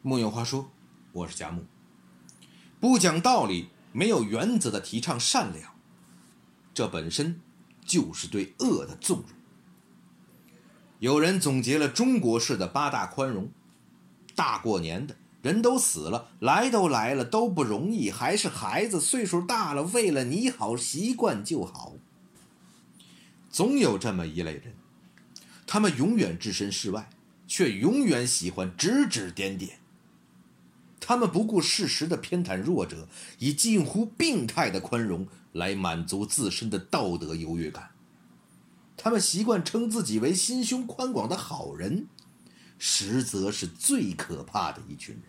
木有话说，我是佳木。不讲道理、没有原则的提倡善良，这本身就是对恶的纵容。有人总结了中国式的8大宽容：大过年的，人都死了，来都来了，都不容易，还是孩子，岁数大了，为了你好，习惯就好。总有这么一类人，他们永远置身事外，却永远喜欢指指点点。他们不顾事实的偏袒弱者，以近乎病态的宽容来满足自身的道德优越感。他们习惯称自己为心胸宽广的好人，实则是最可怕的一群人。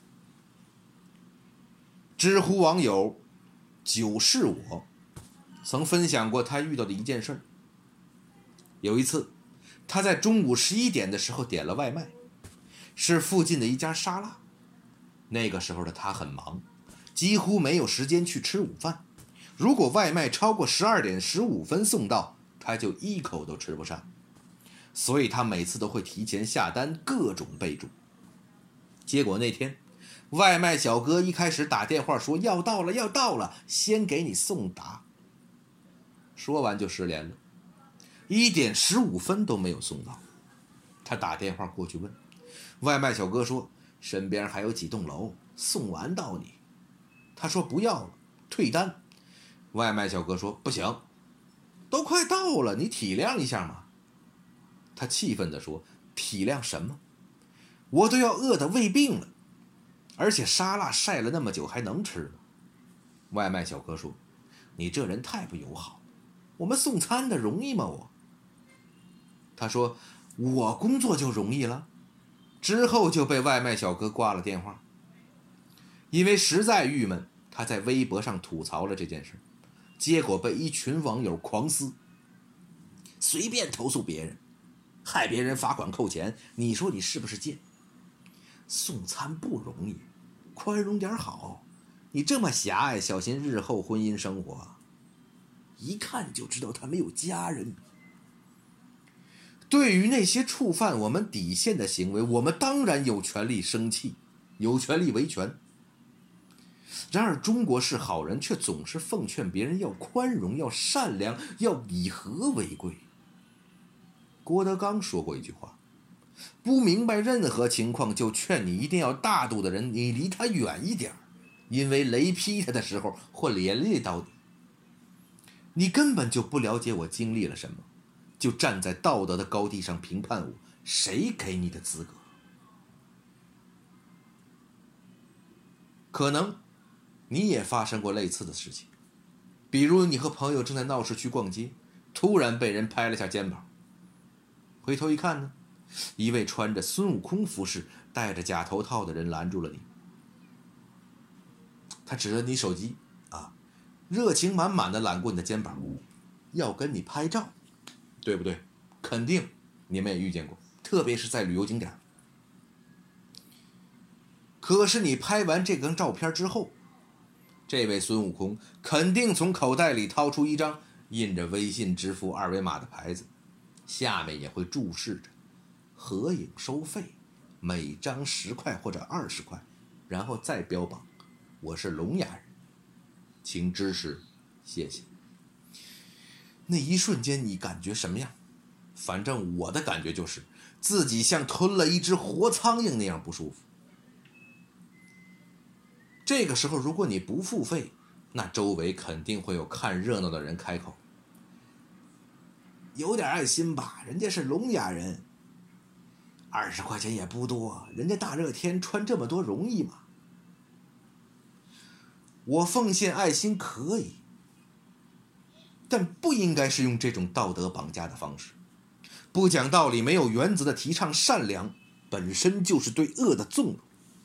知乎网友九是我曾分享过他遇到的一件事。有一次，他在中午11点的时候点了外卖，是附近的一家沙拉。那个时候的他很忙，几乎没有时间去吃午饭。如果外卖超过12点15分送到，他就一口都吃不上。所以他每次都会提前下单，各种备注。结果那天，外卖小哥一开始打电话说要到了，要到了，先给你送达。说完就失联了，1点15分都没有送到。他打电话过去问，外卖小哥说身边还有几栋楼，送完到你。他说不要了，退单。外卖小哥说不行，都快到了，你体谅一下嘛。他气愤地说，体谅什么？我都要饿得胃病了，而且沙拉晒了那么久还能吃吗？外卖小哥说，你这人太不友好，我们送餐的容易吗我？他说我工作就容易了。之后就被外卖小哥挂了电话。因为实在郁闷，他在微博上吐槽了这件事，结果被一群网友狂撕。随便投诉别人，害别人罚款扣钱，你说你是不是贱？送餐不容易，宽容点好，你这么狭隘，小心日后婚姻生活。一看就知道他没有家人。对于那些触犯我们底线的行为，我们当然有权利生气，有权利维权。然而中国式好人却总是奉劝别人要宽容，要善良，要以和为贵。郭德纲说过一句话，不明白任何情况就劝你一定要大度的人，你离他远一点，因为雷劈他的时候会连累到你。你根本就不了解我经历了什么，就站在道德的高地上评判我，谁给你的资格？可能你也发生过类似的事情，比如你和朋友正在闹市区逛街，突然被人拍了下肩膀，回头一看呢，一位穿着孙悟空服饰、戴着假头套的人拦住了你。他指着你手机热情满满的揽过你的肩膀，要跟你拍照，对不对？肯定你们也遇见过，特别是在旅游景点。可是你拍完这张照片之后，这位孙悟空肯定从口袋里掏出一张印着微信支付2维码的牌子，下面也会注释着合影收费，每张10块或者20块，然后再标榜我是聋哑人，请支持，谢谢。那一瞬间你感觉什么样？反正我的感觉就是自己像吞了一只活苍蝇那样不舒服。这个时候如果你不付费，那周围肯定会有看热闹的人开口，有点爱心吧，人家是聋哑人，20块钱也不多，人家大热天穿这么多容易吗？我奉献爱心可以，但不应该是用这种道德绑架的方式。不讲道理、没有原则的提倡善良，本身就是对恶的纵容。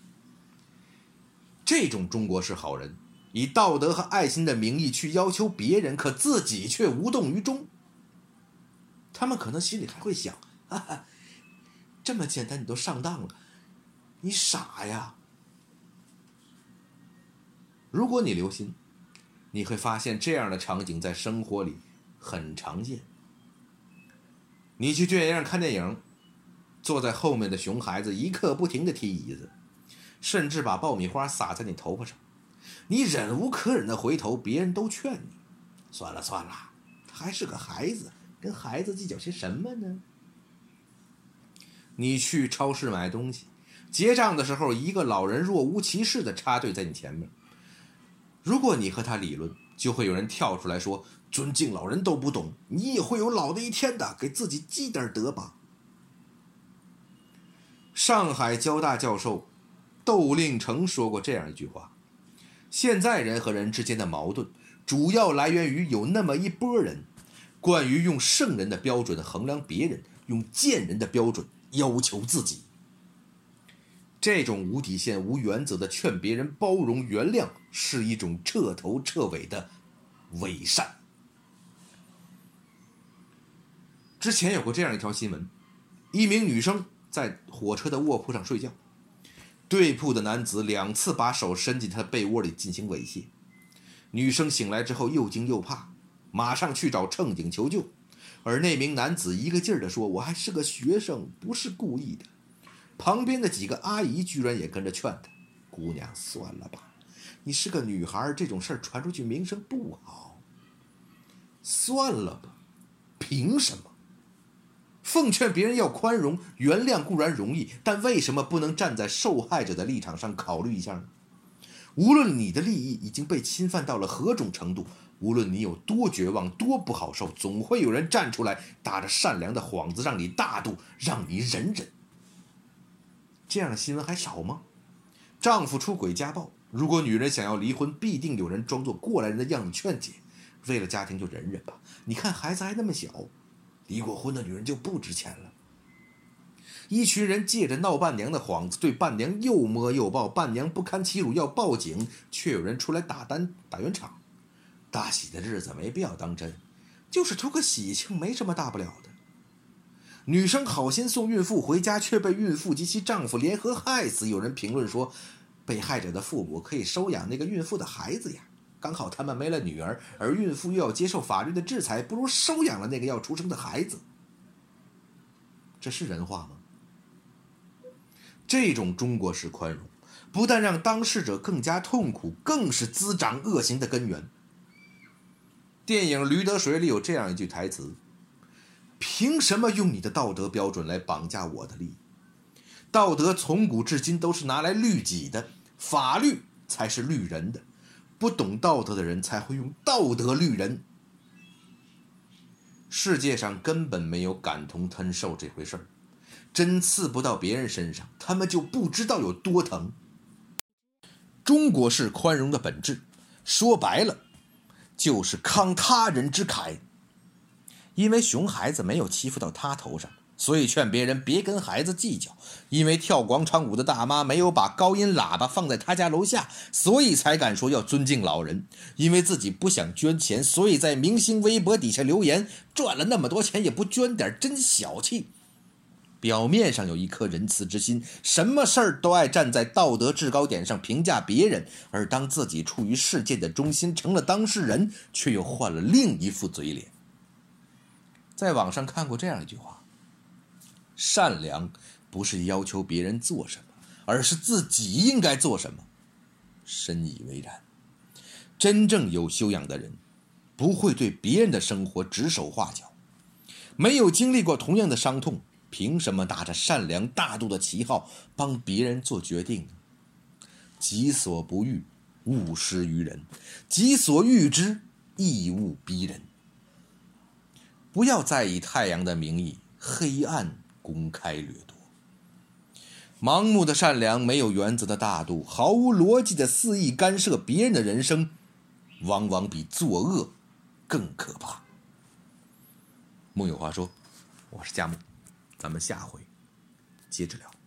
这种中国式好人，以道德和爱心的名义去要求别人，可自己却无动于衷。他们可能心里还会想，这么简单你都上当了，你傻呀。如果你留心，你会发现这样的场景在生活里很常见。你去电影院看电影，坐在后面的熊孩子一刻不停地踢椅子， 甚至把爆米花撒在你头发上。你忍无可忍的回头，别人都劝你，算了算了，他还是个孩子，跟孩子计较些什么呢？你去超市买东西，结账的时候，一个老人若无其事地插队在你前面。如果你和他理论，就会有人跳出来说，尊敬老人都不懂，你也会有老的一天的，给自己积点德吧。上海交大教授窦令成说过这样一句话：现在人和人之间的矛盾，主要来源于有那么一波人，惯于用圣人的标准衡量别人，用贱人的标准要求自己。这种无底线、无原则的劝别人包容、原谅，是一种彻头彻尾的伪善。之前有过这样一条新闻，一名女生在火车的卧铺上睡觉，对铺的男子2次把手伸进她的被窝里进行猥亵。女生醒来之后又惊又怕，马上去找乘警求救，而那名男子一个劲儿地说，我还是个学生，不是故意的。旁边的几个阿姨居然也跟着劝他，姑娘算了吧，你是个女孩，这种事儿传出去名声不好。算了吧，凭什么？奉劝别人要宽容，原谅固然容易，但为什么不能站在受害者的立场上考虑一下呢？无论你的利益已经被侵犯到了何种程度，无论你有多绝望多不好受，总会有人站出来，打着善良的幌子让你大度，让你忍忍。这样的新闻还少吗？丈夫出轨家暴，如果女人想要离婚，必定有人装作过来人的样子劝解，为了家庭就忍忍吧，你看孩子还那么小，离过婚的女人就不值钱了。一群人借着闹伴娘的幌子，对伴娘又摸又抱，伴娘不堪其辱要报警，却有人出来打圆场。大喜的日子没必要当真，就是图个喜庆，没什么大不了的。女生好心送孕妇回家，却被孕妇及其丈夫联合害死。有人评论说，被害者的父母可以收养那个孕妇的孩子呀，刚好他们没了女儿，而孕妇又要接受法律的制裁，不如收养了那个要出生的孩子。这是人话吗？这种中国式宽容，不但让当事者更加痛苦，更是滋长恶行的根源。电影《驴得水》里有这样一句台词，凭什么用你的道德标准来绑架我的利益？道德从古至今都是拿来律己的，法律才是律人的。不懂道德的人才会用道德律人。世界上根本没有感同thân受这回事儿，针刺不到别人身上，他们就不知道有多疼。中国式宽容的本质，说白了，就是慷他人之慨。因为熊孩子没有欺负到他头上，所以劝别人别跟孩子计较。因为跳广场舞的大妈没有把高音喇叭放在他家楼下，所以才敢说要尊敬老人。因为自己不想捐钱，所以在明星微博底下留言，赚了那么多钱也不捐点，真小气。表面上有一颗仁慈之心，什么事儿都爱站在道德制高点上评价别人，而当自己处于事件的中心，成了当事人，却又换了另一副嘴脸。在网上看过这样一句话，善良不是要求别人做什么，而是自己应该做什么。深以为然。真正有修养的人，不会对别人的生活指手画脚。没有经历过同样的伤痛，凭什么打着善良大度的旗号帮别人做决定呢？己所不欲，勿施于人；己所欲之，亦勿逼人。不要再以太阳的名义，黑暗公开掠夺。盲目的善良，没有原则的大度，毫无逻辑的肆意干涉别人的人生，往往比作恶更可怕。木有话说，我是佳木，咱们下回接着聊。